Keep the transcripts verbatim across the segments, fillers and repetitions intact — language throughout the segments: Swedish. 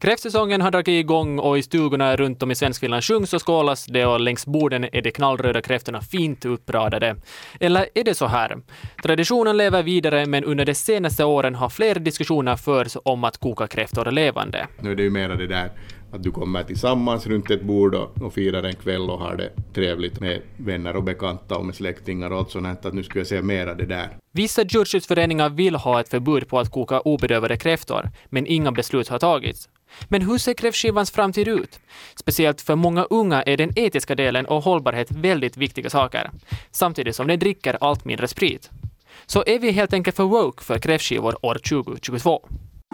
Kräftsäsongen har dragit igång och i stugorna runt om i Svenskfinland sjungs och skålas det och längs borden är de knallröda kräftorna fint uppradade. Eller är det så här? Traditionen lever vidare men under de senaste åren har fler diskussioner förts om att koka kräftor levande. Nu är det ju mer det där att du kommer tillsammans runt ett bord och, och firar en kväll och har det trevligt med vänner och bekanta och med släktingar och allt sånt, att nu skulle jag säga mer det där. Vissa djurskyddsföreningar vill ha ett förbud på att koka obedövade kräftor, men inga beslut har tagits. Men hur ser kräftskivans framtid ut? Speciellt för många unga är den etiska delen och hållbarhet väldigt viktiga saker, samtidigt som de dricker allt mindre sprit. Så är vi helt enkelt för woke för kräftskivor år tjugo tjugotvå.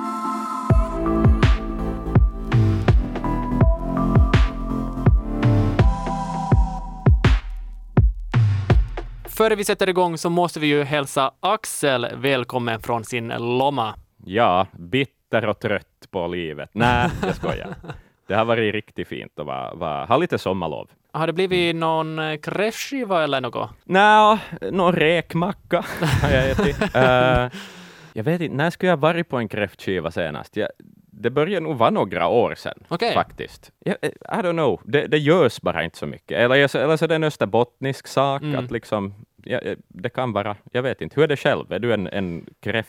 Före vi sätter igång så måste vi ju hälsa Axel välkommen från sin lomma. Ja, bitter och trött på livet. Nej, jag skojar. Det har varit riktigt fint att vara, vara, ha lite sommarlov. Har det blivit någon kräftskiva eller något? Nej, någon räkmacka har jag ätit. uh, jag vet inte, när skulle jag varit på en kräftskiva senast? Jag, det börjar nog vara några år sedan, okay. faktiskt. Jag, I don't know, det, det görs bara inte så mycket. Eller, eller så är det en österbottnisk sak, mm. att liksom, ja, det kan vara, jag vet inte. Hur är det själv? Är du en, en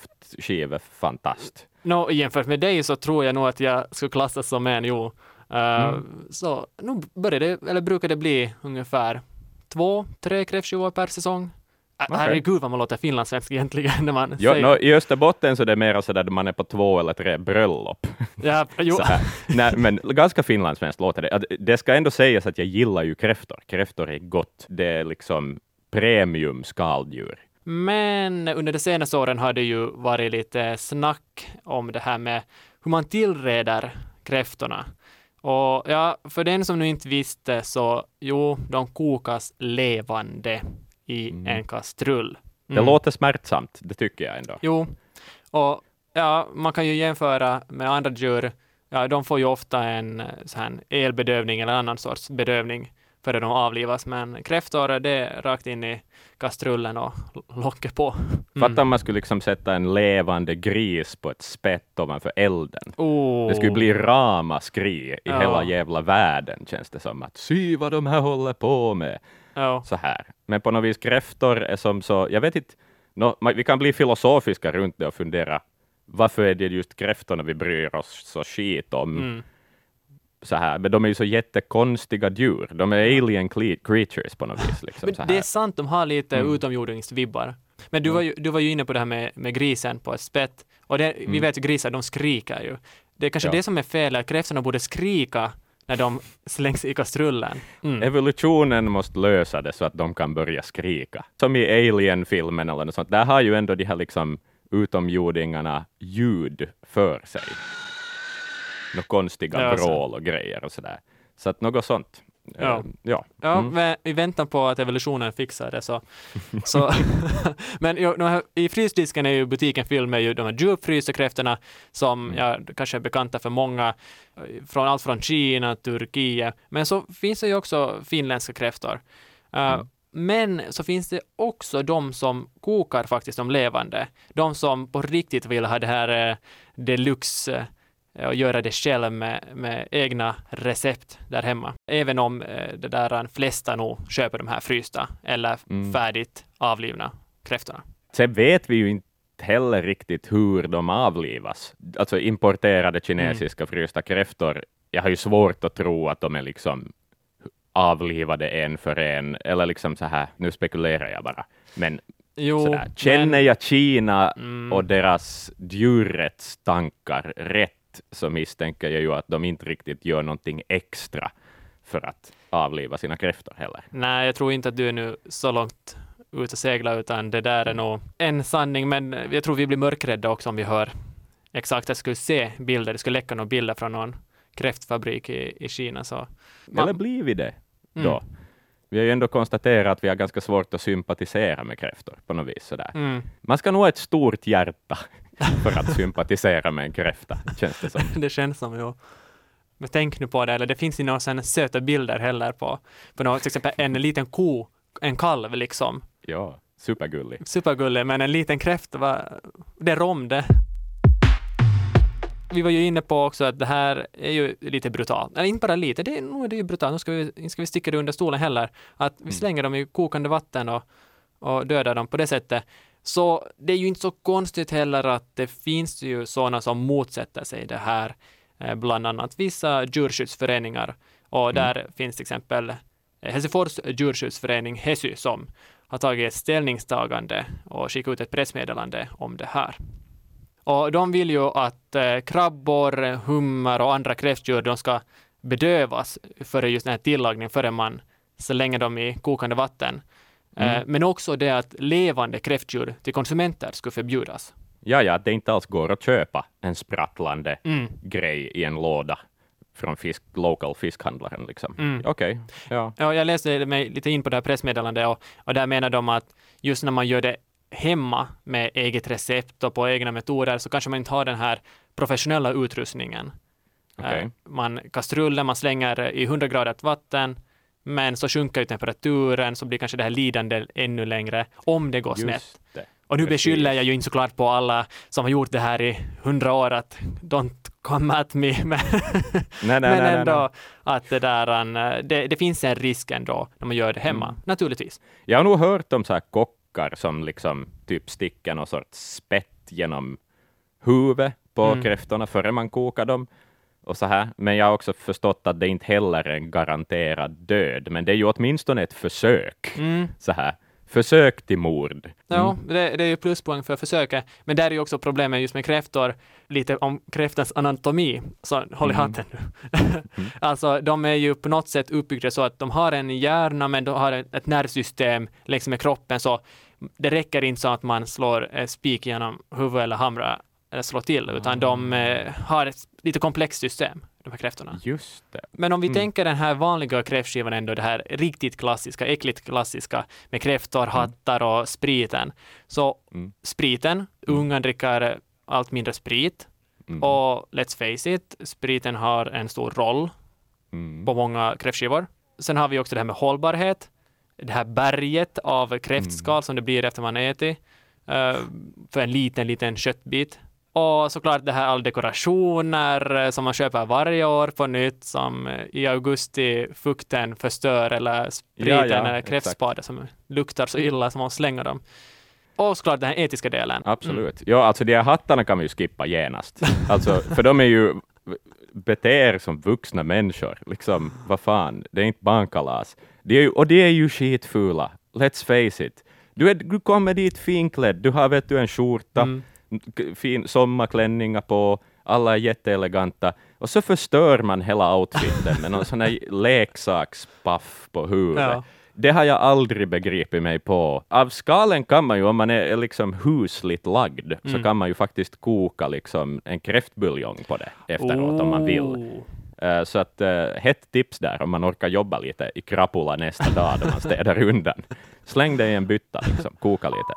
kräftskive-fantast? No, jämfört med dig så tror jag nog att jag skulle klassas som en, jo. Uh, mm. Så nu börjar det, eller brukar det bli ungefär två, tre kräftskivor per säsong. Okay. Herregud vad man låter finlandssvensk egentligen när man jo, säger... no, i Österbotten så är det mer så där man är på två eller tre bröllop. Ja, jo. Nej, men ganska finlandssvenskt låter det. Det ska ändå sägas att jag gillar ju kräftor. Kräftor är gott. Det är liksom premium skaldjur. Men under de senaste åren har det ju varit lite snack om det här med hur man tillreder kräftorna. Och ja, för den som nu inte visste så, jo, de kokas levande i mm. en kastrull. Mm. Det låter smärtsamt, det tycker jag ändå. Jo, och ja, man kan ju jämföra med andra djur. Ja, de får ju ofta en så här elbedövning eller annan sorts bedövning före de avlivas. Men kräftor, det är rakt in i kastrullen och locker på. Mm. Fattar man skulle liksom sätta en levande gris på ett spett ovanför elden. Oh. Det skulle bli ramaskri i ja. hela jävla världen, känns det som. Att sy vad de här håller på med. Ja. Så här. Men på något vis kräftor är som så, jag vet inte, no, vi kan bli filosofiska runt det och fundera, varför är det just kräftorna vi bryr oss så skit om? Mm. Så här, men de är ju så jättekonstiga djur. De är alien creatures på något vis. Liksom, men så här. Det är sant, de har lite mm. utomjordingsvibbar. Men du, mm. var ju, du var ju inne på det här med, med grisen på ett spett. Och det, mm. vi vet ju grisar, de skriker ju. Det är kanske ja. det som är fel, att kräftorna borde skrika när de slängs i kastrullen. Mm. Evolutionen måste lösa det så att de kan börja skrika. Som i Alien-filmen eller något sånt. Där har ju ändå de här liksom utomjordingarna ljud för sig. Några konstiga ja, vrål och grejer och sådär. Så att något sånt. Ja, uh, ja. ja mm. men i väntan på att evolutionen fixar det så... så men jo, här, i frysdisken är ju butiken fylld med ju de här djupfrysta kräftorna som mm. ja, kanske är bekanta för många. Från allt från Kina, Turkiet. Men så finns det ju också finländska kräftor. Uh, mm. Men så finns det också de som kokar faktiskt de levande. De som på riktigt vill ha det här uh, deluxe... och göra det själv med, med egna recept där hemma. Även om eh, det där de flesta nog köper de här frysta eller mm. färdigt avlivna kräftorna. Sen vet vi ju inte heller riktigt hur de avlivas. Alltså importerade kinesiska mm. frysta kräftor. Jag har ju svårt att tro att de är liksom avlivade en för en. Eller liksom så här, nu spekulerar jag bara. Men jo, sådär, känner men... jag Kina mm. och deras djurrättstankar rätt, så misstänker jag ju att de inte riktigt gör någonting extra för att avliva sina kräftor heller. Nej, jag tror inte att du är nu så långt ut och segla, utan det där är nog en sanning, men jag tror vi blir mörkrädda också om vi hör exakt att jag skulle se bilder, det skulle läcka några bilder från någon kräftfabrik i, i Kina. Så man... Eller blir vi det då? Mm. Vi har ju ändå konstaterat att vi har ganska svårt att sympatisera med kräftor på något vis. Sådär. Mm. Man ska nog ha ett stort hjärta för att sympatisera med en kräfta, känns det som. Det känns som, jo. Men tänk nu på det, eller det finns ju några sådana söta bilder heller på, på något, till exempel en liten ko, en kalv liksom. Ja, supergullig. Supergullig, men en liten kräfta, va, det är rom det. vi var ju inne på också att det här är ju lite brutalt. Eller inte bara lite, det är, nu är det ju brutalt. Nu ska vi, inte ska vi sticka det under stolen heller. Att vi slänger dem i kokande vatten och, och dödar dem på det sättet. Så det är ju inte så konstigt heller att det finns ju sådana som motsätter sig det här. Eh, bland annat vissa djurskyddsföreningar. Och där mm. finns till exempel Helsingfors djurskyddsförening Hesy som har tagit ett ställningstagande och skickat ut ett pressmeddelande om det här. Och de vill ju att eh, krabbor, hummer och andra kräftdjur de ska bedövas före just den här tillagningen, före man slänger dem i kokande vatten. Mm. Eh, men också det att levande kräftdjur till konsumenter skulle förbjudas. Ja, ja, det inte alls går att köpa en sprattlande mm. grej i en låda från fisk, local fiskhandlaren. Liksom. Mm. Okej, okay. ja. ja. Jag läste mig lite in på det här pressmeddelandet och, och där menar de att just när man gör det hemma med eget recept och på egna metoder så kanske man inte har den här professionella utrustningen. Okay. Eh, man kastrullen, man slänger i hundra grader vatten men så sjunker ju temperaturen så blir kanske det här lidande ännu längre om det går just snett. Det. Och nu Precis. beskyller jag ju inte såklart på alla som har gjort det här i hundra år att don't come at me. Men, nej, nej, men nej, ändå nej. att det, där, det, det finns en risk ändå när man gör det hemma, mm. naturligtvis. Jag har nog hört om så här kockar som liksom typ sticker någon sorts spett genom huvudet på mm. kräftorna före man kokar dem. Och så här. Men jag har också förstått att det inte heller är en garanterad död. Men det är ju åtminstone ett försök. Mm. Så här. Försök till mord. Mm. Ja, det, det är ju pluspoäng för försöket. Men där är ju också problemet just med kräftor. Lite om kräftans anatomi. Så håll i hatten nu. Mm. Alltså, de är ju på något sätt uppbyggda så att de har en hjärna men de har ett, ett nervsystem längs med kroppen. Så det räcker inte så att man slår ett spik genom huvudet eller hamra eller slå till, utan mm. de eh, har ett lite komplext system, de här kräftorna. Just det. Men om vi mm. tänker den här vanliga kräftskivan ändå, det här riktigt klassiska, äckligt klassiska med kräftor, mm. hattar och spriten. Så mm. spriten, mm. ungan dricker allt mindre sprit mm. och let's face it, spriten har en stor roll mm. på många kräftskivor. Sen har vi också det här med hållbarhet, det här berget av kräftskal mm. som det blir efter man ätit uh, för en liten, liten köttbit. Och såklart det här all dekorationer som man köper varje år på nytt, som i augusti fukten förstör eller spriten ja, ja, eller kräftspade som luktar så illa som man slänger dem. Och såklart den här etiska delen. Absolut. Mm. Ja, alltså de här hattarna kan vi ju skippa genast. Alltså, för de är ju beter som vuxna människor. Liksom, vad fan, det är inte barnkalas. De är ju, och de är ju skitfula. Let's face it. Du, är, du kommer dit finklädd, du har vet du en skjorta, mm. fin sommarklänningar på, alla är jätteeleganta och så förstör man hela outfiten med någon sån här leksakspaff på huvudet. Ja. Det har jag aldrig begripit mig på. Av skalen kan man ju, om man är liksom husligt lagd, mm. så kan man ju faktiskt koka liksom en kräftbuljong på det efteråt oh. om man vill. Uh, så att uh, hett tips där om man orkar jobba lite i krapula nästa dag då man städar undan. Släng det i en bytta, liksom. Koka lite.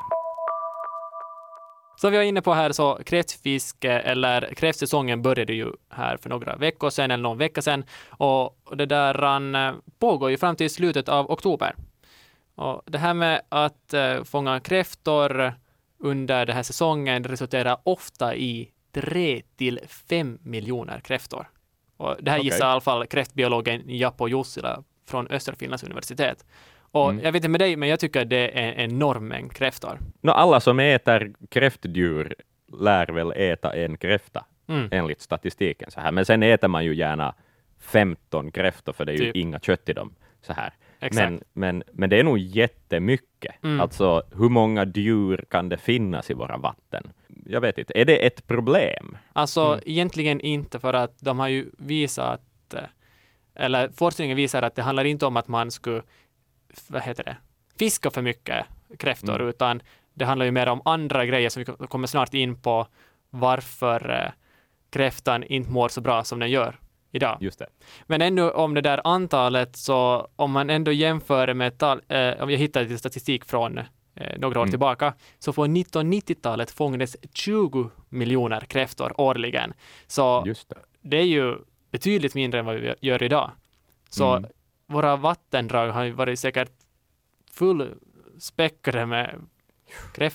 Så vi var inne på här så kräftfiske eller kräftsäsongen började ju här för några veckor sedan eller någon vecka sedan och det där ran, pågår ju fram till slutet av oktober. Och det här med att uh, fånga kräftor under den här säsongen resulterar ofta i tre till fem miljoner kräftor. Och det här okay. gissar i alla fall kräftbiologen Japo Jussila från Österfinlands universitet. Och mm. jag vet inte med dig, men jag tycker det är en enorm mängd kräftor. No, alla som äter kräftdjur lär väl äta en kräfta, mm. enligt statistiken. Så här. Men sen äter man ju gärna femton kräftor, för det är ju typ. inga kött i dem. Så här. Men, men, men det är nog jättemycket. Mm. Alltså, hur många djur kan det finnas i våra vatten? Jag vet inte. Är det ett problem? Alltså, mm. egentligen inte, för att de har ju visat, eller forskningen visar att det handlar inte om att man skulle vad heter det, fiska för mycket kräftor, mm. utan det handlar ju mer om andra grejer som vi kommer snart in på, varför eh, kräftan inte mår så bra som den gör idag. Just det. Men ännu om det där antalet, så om man ändå jämför med tal, eh, om jag hittar lite statistik från eh, några år mm. tillbaka, så på nittonhundranittiotalet fångades tjugo miljoner kräftor årligen. Så Just det. det är ju betydligt mindre än vad vi gör idag. Så mm. våra vattendrag har ju varit säkert fullspäckade med kräftor.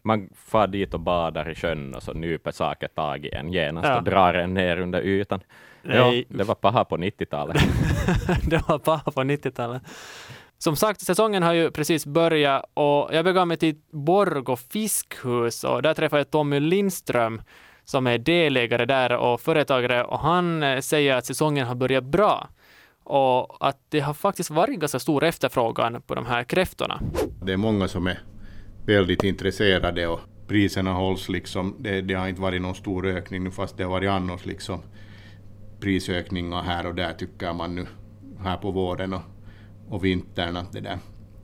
Man far dit och badar i sjön och så nyper saker tag i en genast Ja. och drar en ner under ytan. Nej. Ja, det var paha på nittiotalet. Det var bara på nittiotalet. Som sagt, säsongen har ju precis börjat och jag begav mig till Borgå fiskhus och där träffade jag Tommy Lindström som är delägare där och företagare och han eh, säger att säsongen har börjat bra och att det har faktiskt varit ganska stor efterfrågan på de här kräftorna. Det är många som är väldigt intresserade och priserna hålls liksom, det, det har inte varit någon stor ökning nu fast det har varit annars liksom prisökningar här och där tycker man nu här på våren och, och vintern att det där.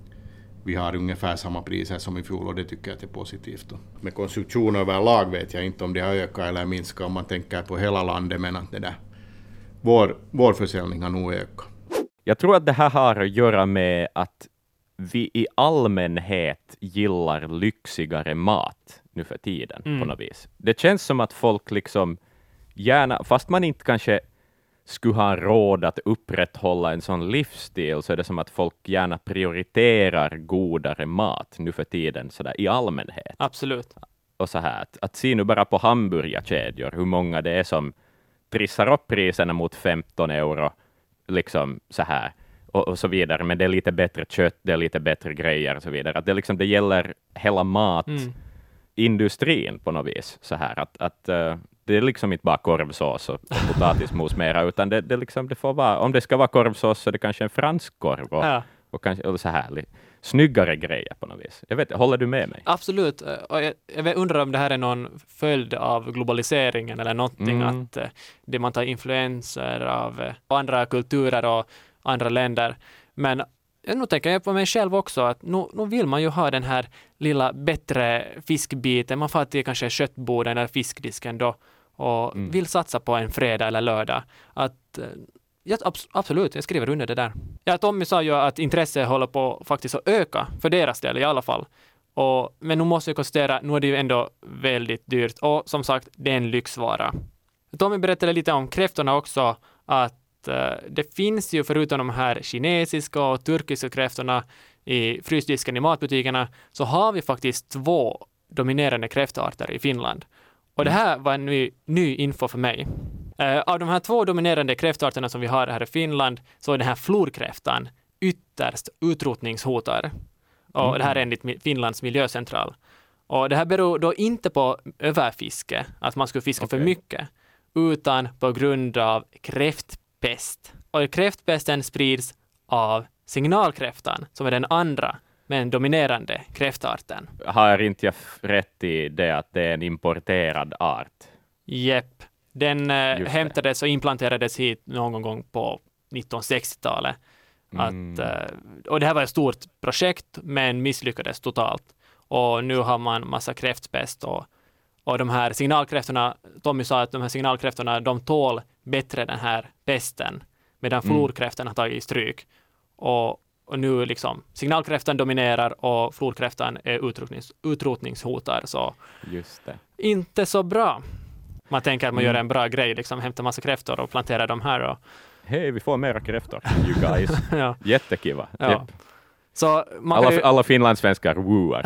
Vi har ungefär samma priser som i fjol och det tycker jag att är positivt. Och med konsumtion överlag vet jag inte om det har ökat eller minskat om man tänker på hela landet men att det där vår, vår försäljning har nog ökat. Jag tror att det här har att göra med att vi i allmänhet gillar lyxigare mat nu för tiden Mm. på något vis. Det känns som att folk liksom gärna, fast man inte kanske skulle ha råd att upprätthålla en sån livsstil, så är det som att folk gärna prioriterar godare mat nu för tiden sådär i allmänhet. Absolut. Och så här, att, att se nu bara på hamburgerkedjor hur många det är som trissar upp priserna mot femton euro liksom så här. Och, och så vidare, men det är lite bättre kött, det är lite bättre grejer och så vidare. Att det, liksom, det gäller hela matindustrin mm. på något vis. Så här, att, att, uh, det är liksom inte bara korvsås och, och potatismos mera, utan det, det, liksom, det får vara, om det ska vara korvsås så är det kanske en fransk korv och, Ja. och, kanske, och så här, snyggare grejer på något vis. Jag vet, håller du med mig? Absolut. Och jag, jag undrar om det här är någon följd av globaliseringen eller någonting, Mm. att uh, det man tar influenser av uh, andra kulturer och andra länder. Men nu tänker jag på mig själv också att nu, nu vill man ju ha den här lilla bättre fiskbiten. Man får till kanske köttboden eller fiskdisken då och Mm. vill satsa på en fredag eller lördag. Att, ja, abs- absolut, jag skriver under det där. Ja, Tommy sa ju att intresset håller på faktiskt att öka för deras del i alla fall. Och, men nu måste jag konstatera, nu är det ju ändå väldigt dyrt och som sagt, det är en lyxvara. Tommy berättade lite om kräftorna också, att det finns ju förutom de här kinesiska och turkiska kräftorna i frysdisken i matbutikerna så har vi faktiskt två dominerande kräftarter i Finland. Och det här var en ny, ny info för mig. Uh, av de här två dominerande kräftarterna som vi har här i Finland så är den här florkräftan ytterst utrotningshotad. Och mm. det här är enligt Finlands miljöcentral. Och det här beror då inte på överfiske, att man skulle fiska okay. för mycket, utan på grund av kräftpest. Pest. Och kräftpesten sprids av signalkräftan som är den andra men dominerande kräftarten. Har inte jag rätt i det att det är en importerad art? Jepp. Den eh, hämtades och implanterades hit någon gång på nittonhundrasextiotalet. Mm. Att, eh, och det här var ett stort projekt men misslyckades totalt. Och nu har man massa kräftpest och Och de här signalkräftorna, Tommy sa att de här signalkräftorna, de tål bättre den här pesten, medan mm. florkräftan har tagit stryk. Och, och nu liksom, signalkräftan dominerar och florkräftan är utrotnings, utrotningshotad. Så just det. Inte så bra. Man tänker att man mm. gör en bra grej, liksom hämtar massa kräftor och planterar dem här. Och... Hej, vi får mera kräftor, you guys. ja. Jättekiva. Ja. Yep. Så man alla, ju... alla finlandssvenskar wooar.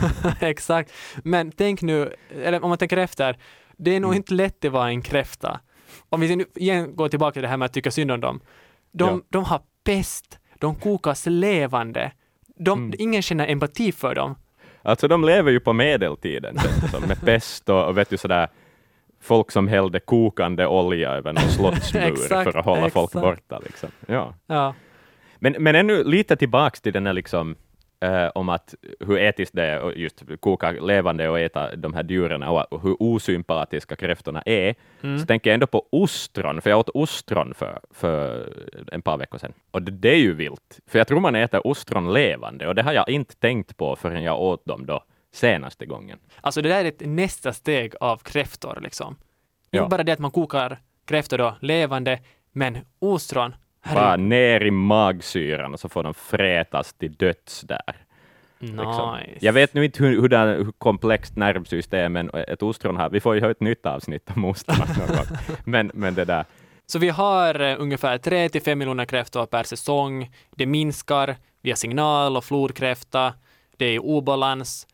Exakt. Men tänk nu, eller om man tänker efter, det är nog mm. inte lätt att vara en kräfta. Om vi nu igen går tillbaka till det här med att tycka synd om dem. De, ja. de har pest, de kokas levande. De, mm. Ingen känner empati för dem. Alltså de lever ju på medeltiden med pest och, och vet du sådär, folk som hällde kokande olja över någon slottsmur exakt, för att hålla exakt. folk borta. Liksom. Ja. Ja. Men, men ännu lite tillbaks till den här liksom, eh, om att hur etiskt det är att just koka levande och äta de här djuren och, och hur osympatiska kräftorna är. Mm. Så tänker jag ändå på ostron, för jag åt ostron för, för en par veckor sedan. Och det, det är ju vilt, för jag tror man äter ostron levande och det har jag inte tänkt på förrän jag åt dem då senaste gången. Alltså det där är ett nästa steg av kräftor liksom. Det är ja. bara det att man kokar kräftor då levande, men ostron bara ner i magsyran och så får de frätas till döds där. Nice. Liksom. Jag vet nu inte hur, hur, där, hur komplext nervsystemen ett ostron har. Vi får ju ha ett nytt avsnitt om ostron någon gång. Men, men det där. Så vi har uh, ungefär tre till fem miljoner kräftor per säsong. Det minskar via signal och florkräfta. Det är i obalans.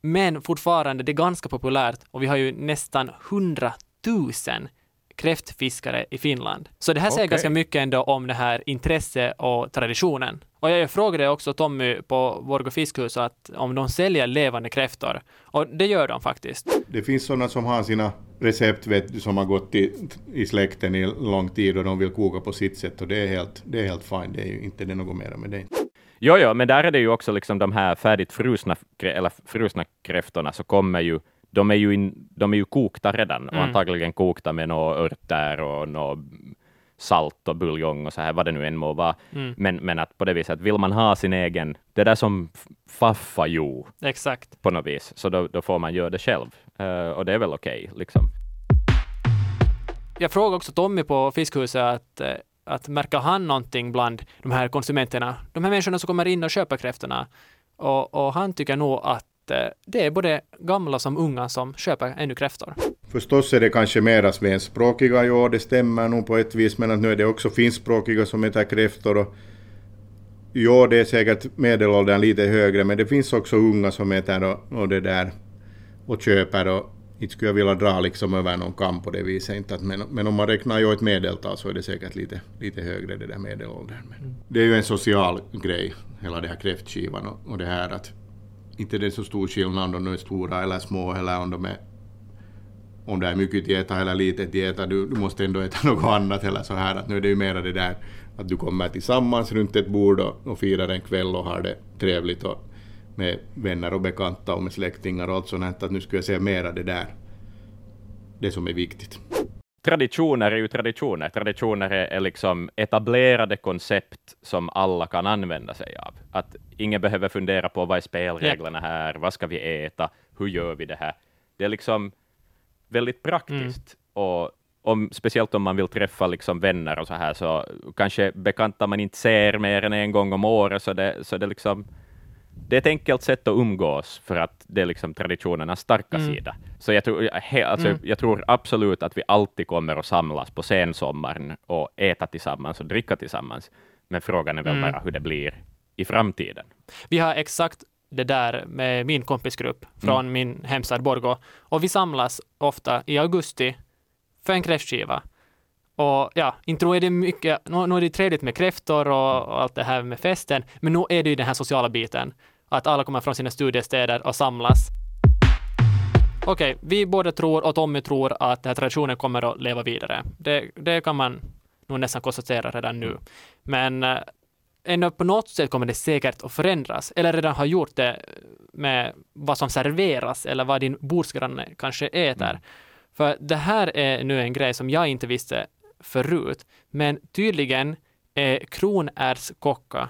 Men fortfarande, det är ganska populärt och vi har ju nästan hundratusen kräftfiskare i Finland. Så det här säger Okej. ganska mycket ändå om det här intresse och traditionen. Och jag frågade också Tommy på Vårgå fiskhus att om de säljer levande kräftor. Och det gör de faktiskt. Det finns sådana som har sina recept vet du, som har gått i, i släkten i lång tid och de vill koka på sitt sätt och det är helt, det är helt fint. Det är ju inte det något mer med det. Jo, jo, men där är det ju också liksom de här färdigt frusna, eller frusna kräftorna så kommer ju, de är ju, in, de är ju kokta redan mm. och antagligen kokta med några örter och något salt och buljong och så här, vad det nu än må vara. Mm. Men, men att på det viset, vill man ha sin egen, det där som faffa jo. Exakt. På något vis, så då, då får man göra det själv. Uh, och det är väl okej, okay, liksom. Jag frågade också Tommy på fiskhuset att att märka han någonting bland de här konsumenterna, de här människorna som kommer in och köper kräftorna. Och, och han tycker nog att eh, det är både gamla som unga som köper ännu kräftor. Förstås är det kanske mera svenskspråkiga, ja det stämmer nog på ett vis, men att nu är det också finskspråkiga som äter kräftor. Och, ja, det är säkert medelåldern lite högre, men det finns också unga som äter och, och det där och köper och inte skulle jag vilja dra liksom över någon kamp på det viset. Inte att, men, men om man räknar ju ett medeltal så är det säkert lite, lite högre det där medelåldern. Men mm. det är ju en social grej, hela det här kräftskivan och, och det här att inte det är så stor skillnad om de är stora eller små eller om de är om det är mycket till äta eller lite till äta. Du, du måste ändå äta något annat eller så här. Att nu är det ju mera det där att du kommer tillsammans runt ett bord och, och firar en kväll och har det trevligt och med vänner och bekanta och med släktingar och allt sånt, att nu skulle jag säga mera det där, det som är viktigt. Traditioner är ju traditioner. Traditioner är, är liksom etablerade koncept som alla kan använda sig av. Att ingen behöver fundera på vad är spelreglerna här, vad ska vi äta, hur gör vi det här. Det är liksom väldigt praktiskt. Mm. Och om, speciellt om man vill träffa liksom vänner och så här, så kanske bekanta man inte ser mer än en gång om året, så det, så det liksom det är ett enkelt sätt att umgås för att det är liksom traditionernas starka mm. sida. Så jag tror, he, alltså, mm. jag tror absolut att vi alltid kommer att samlas på sensommaren och äta tillsammans och dricka tillsammans. Men frågan är väl mm. bara hur det blir i framtiden. Vi har exakt det där med min kompisgrupp från mm. min hemstad Borgå. Och vi samlas ofta i augusti för en kräftskiva. Och ja, inte är det mycket, nu, nu är det trevligt med kräftor och, och allt det här med festen, men nu är det ju den här sociala biten. Att alla kommer från sina studiestäder och samlas. Okej, okay, vi båda tror och Tommy tror att den här traditionen kommer att leva vidare. Det, det kan man nog nästan konstatera redan nu. Men äh, ändå på något sätt kommer det säkert att förändras. Eller redan har gjort det med vad som serveras eller vad din bordsgranne kanske äter. Mm. För det här är nu en grej som jag inte visste förut. Men tydligen är kronärtskocka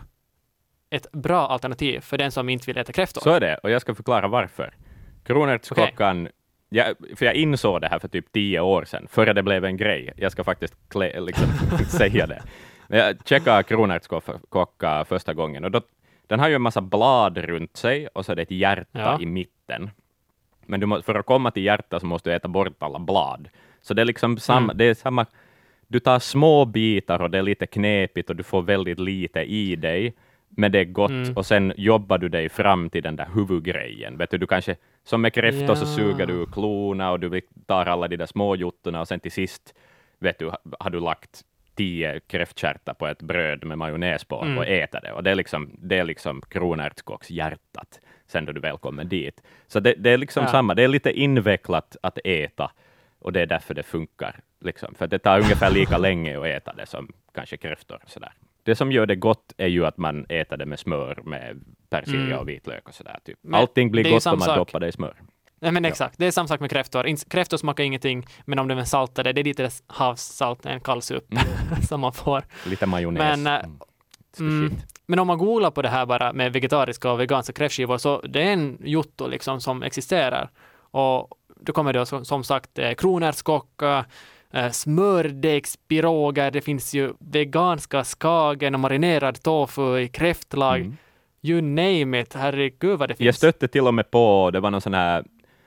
ett bra alternativ för den som inte vill äta kräftor. Så är det, och jag ska förklara varför. Kronärtskockan, okay. jag, för jag insåg det här för typ tio år sedan, före det blev en grej. Jag ska faktiskt klä, liksom, säga det. Jag checkade kronärtskocka första gången och då, den har ju en massa blad runt sig och så är det ett hjärta ja. i mitten. Men du må, för att komma till hjärta så måste du äta bort alla blad. Så det är liksom samma, mm. det är samma, du tar små bitar och det är lite knepigt och du får väldigt lite i dig. Men det är gott mm. och sen jobbar du dig fram till den där huvudgrejen. Vet du, du kanske, som med kräftor ja. så suger du klorna och du tar alla de där små juttorna och sen till sist, vet du, har du lagt tio kräftkärtar på ett bröd med majonnäs på mm. och äter det. Och det är liksom, det är liksom kronärtskockshjärtat sen då du väl kommer dit. Så det, det är liksom ja. samma, det är lite invecklat att äta och det är därför det funkar. Liksom. För det tar ungefär lika länge att äta det som kanske kräftor och sådär. Det som gör det gott är ju att man äter det med smör, med persilja mm. och vitlök och sådär. Typ. Allting blir gott om man sak. doppar det i smör. Nej, men exakt, ja. det är samma sak med kräftor. Kräftor smakar ingenting, men om de är saltade, det är lite havssalt, en kall supp mm. som man får. Lite majonnäs. Men, mm. Mm, men om man googlar på det här bara med vegetariska och veganska kräftskivor, så det är en jotto liksom som existerar. Och då kommer det som, som sagt kronärtskocka, eh, smördegspiroger, det finns ju veganska skagen och marinerad tofu i kräftlag. Mm. You name it, herregud vad det finns. Jag stötte till och med på, det var någon sån här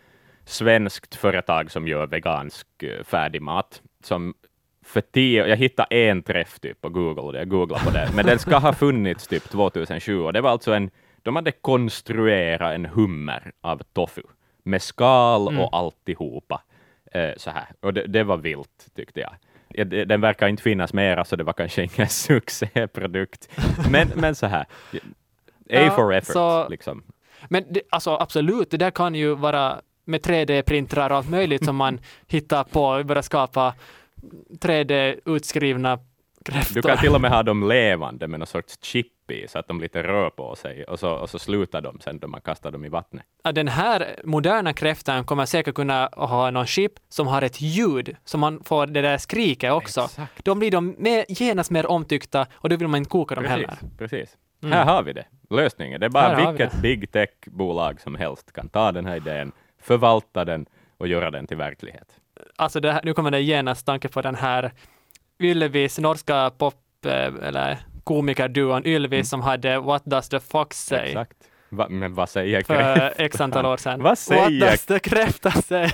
svenskt företag som gör vegansk uh, färdigmat. Som för tio, jag hittade en träff typ på Google och jag googlade på det. Men den ska ha funnits typ tjugohundrasju och det var alltså en, De hade konstruerat en hummer av tofu med skal Mm. och alltihopa. Eh, så här. Och det, det var vilt, tyckte jag. Ja, det- Den verkar inte finnas mera, så det var kanske ingen succéprodukt. Men, men så här. A Ja, for effort, så- liksom. Men det, alltså absolut, det där kan ju vara med tre D-printrar och allt möjligt som man hittar på, bara skapa tre D-utskrivna kräftor. Du kan till och med ha dem levande med någon sorts chip i, så att de lite rör på sig, och så, och så slutar de sen då man kastar dem i vattnet. Ja, den här moderna kräftan kommer säkert kunna ha någon chip som har ett ljud, så man får det där skriket också. Exakt. Då blir de mer, genast mer omtyckta och då vill man inte koka dem heller. Precis, precis. Mm. Här har vi det. Lösningen. Det är Här bara har vi vilket big tech-bolag som helst kan ta den här idén, förvalta den och göra den till verklighet. Alltså det här, nu kommer det genast tanke på den här Ylvis, norska pop eh, eller komikerduon Ylvis som hade What Does the Fox Say Exakt. Va, men vad säger för kräftan? x antal år sedan. Vad säger- What does the kräfta say?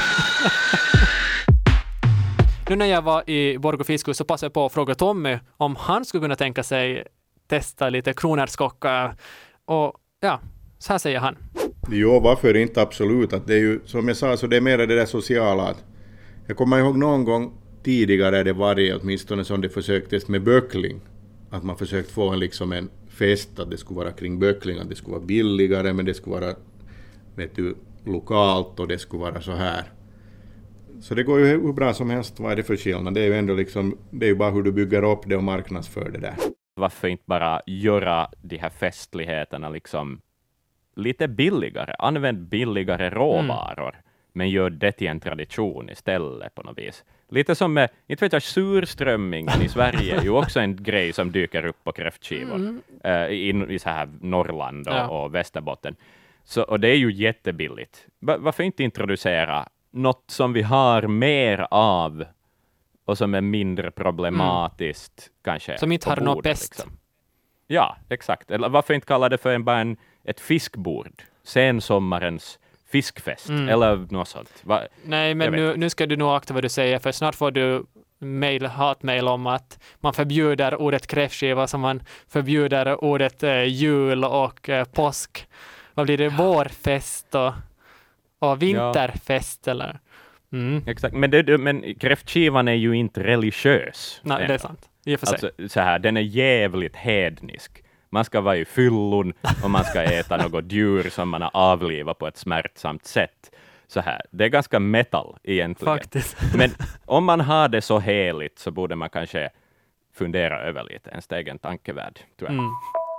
Nu när jag var i Borgå Fiskus så passade jag på att fråga Tommy om han skulle kunna tänka sig testa lite kronärtskocka. Och ja, så här säger han. Jo, varför inte absolut? Att det är ju, som jag sa, så det är mer det där sociala. Att jag kommer ihåg någon gång tidigare det varit åtminstone som det försöktes med böckling. Att man försökt få en, liksom en fest, att det skulle vara kring böckling, att det skulle vara billigare, men det skulle vara, vet du, lokalt och det skulle vara så här. Så det går ju hur bra som helst. Vad är det för skillnad? Det är ju ändå liksom, det är ju bara hur du bygger upp det och marknadsför det där. Varför inte bara göra de här festligheterna liksom lite billigare? Använd billigare råvaror, men gör det till en tradition istället på något vis. Lite som med, inte vet jag, surströmmingen i Sverige är ju också en grej som dyker upp på kräftskivor Mm. eh, i, i så här Norrland och, Ja. och Västerbotten. Så, och det är ju jättebilligt. Va- varför inte introducera något som vi har mer av och som är mindre problematiskt kanske? Som inte på har något bordet, pest. liksom. Ja, exakt. Eller varför inte kalla det för en, bara en, ett fiskbord? Sensommarens fiskfest, Mm. eller något sånt. Va? Nej, men Jag vet nu, nu ska du nog akta vad du säger, för snart får du mail, hatmail om att man förbjuder ordet kräftskiva som man förbjuder ordet eh, jul och eh, påsk. Vad blir det? Vårfest och, och vinterfest eller? Mm. Exakt. Men, det, men kräftskivan är ju inte religiös. Nej, det är ändå. sant. I och för sig. Alltså, så här, den är jävligt hednisk. Man ska vara i fyllon och man ska äta något djur som man har avlivat på ett smärtsamt sätt. Så här, det är ganska metal egentligen. Faktiskt. Men om man har det så heligt så borde man kanske fundera över lite, en egen tankevärld, tror jag. Mm.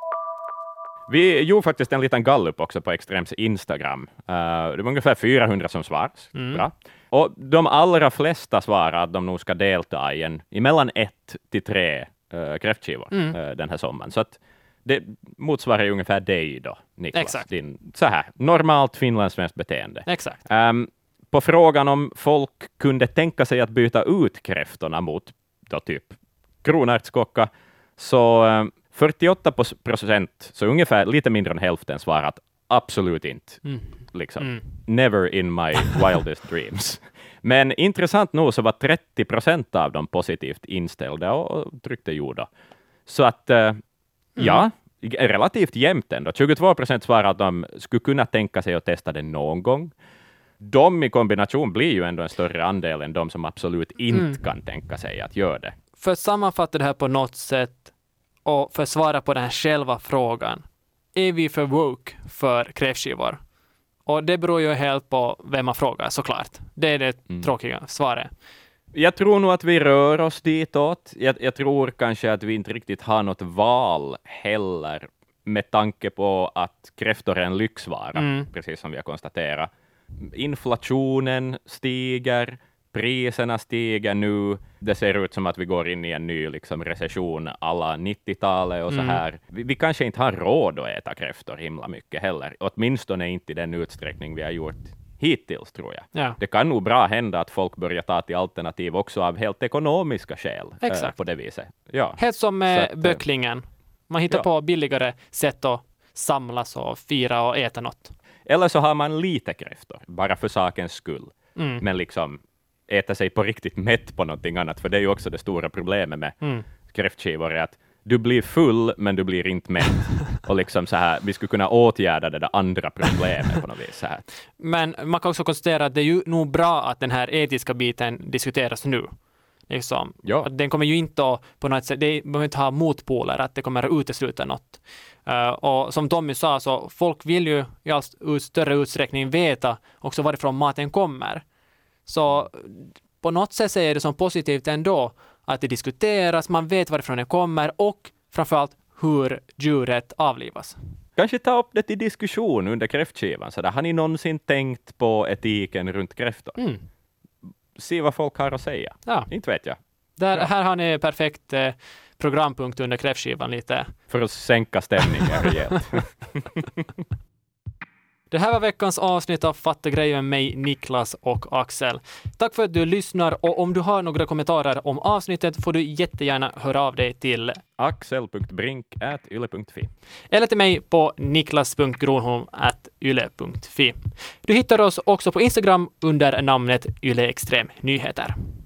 Vi gjorde faktiskt en liten gallup också på Extrems Instagram. Uh, det var ungefär fyrahundra som svarade. Mm. Bra. Och de allra flesta svarar att de nog ska delta i en emellan ett till tre uh, kräftskivor Mm. uh, den här sommaren. Så att det motsvarar ju ungefär dig då, Niklas. Exakt. Din, så här, normalt finlandssvenskt beteende. Exakt. Um, på frågan om folk kunde tänka sig att byta ut kräftorna mot då typ kronärtskocka, så um, fyrtioåtta procent, så ungefär lite mindre än hälften, svarat absolut inte. Mm. Liksom. Mm. Never in my wildest dreams. Men intressant nog så var trettio procent av dem positivt inställda och, och tryckte jo då. Så att, uh, ja, relativt jämnt ändå. tjugotvå procent svarar att de skulle kunna tänka sig att testa det någon gång. De i kombination blir ju ändå en större andel än de som absolut inte Mm. kan tänka sig att göra det. För att sammanfatta det här på något sätt och för att svara på den här själva frågan. Är vi för woke för kräftskivor? Och det beror ju helt på vem man frågar, såklart. Det är det Mm. tråkiga svaret. Jag tror nog att vi rör oss ditåt. Jag, jag tror kanske att vi inte riktigt har något val heller, med tanke på att kräftor är en lyxvara, Mm. precis som vi har konstaterat. Inflationen stiger, priserna stiger nu. Det ser ut som att vi går in i en ny liksom, recession alla nittiotalet och så Mm. här. Vi, vi kanske inte har råd att äta kräftor himla mycket heller, åtminstone inte i den utsträckning vi har gjort hittills, tror jag. Ja. Det kan nog bra hända att folk börjar ta till alternativ också av helt ekonomiska skäl. Exakt. eh, på det viset. Ja. Helt som med Så att, böcklingen. Man hittar ja. på billigare sätt att samlas och fira och äta något. Eller så har man lite kräftor, bara för sakens skull. Mm. Men liksom äta sig på riktigt mätt på någonting annat, för det är ju också det stora problemet med Mm. kräftskivor, är att du blir full, men du blir inte mätt. Och liksom så här, vi skulle kunna åtgärda det där andra problemet på något vis. Så här. Men man kan också konstatera att det är ju nog bra att den här etiska biten diskuteras nu. Liksom. Ja. Att den kommer ju inte att på något sätt, det behöver inte ha motpoler, att det kommer att utesluta något. Uh, och som Tommy sa, så folk vill ju i allt större utsträckning veta också varifrån maten kommer. Så på något sätt är det som positivt ändå att det diskuteras, man vet varifrån det kommer och framförallt hur djuret avlivas. Kanske ta upp det till diskussion under kräftskivan. Så där, har ni någonsin tänkt på etiken runt kräftor? Mm. Se vad folk har att säga. Ja. Inte vet jag. Där, Ja. Här har ni perfekt eh, programpunkt under kräftskivan lite. För att sänka stämningen rejält. Det här var veckans avsnitt av Fatta grejer med mig, Niklas och Axel. Tack för att du lyssnar, och om du har några kommentarer om avsnittet får du jättegärna höra av dig till axel punkt brink at yle punkt fi eller till mig på niklas punkt gronholm at yle punkt fi. Du hittar oss också på Instagram under namnet Yle Extrem Nyheter.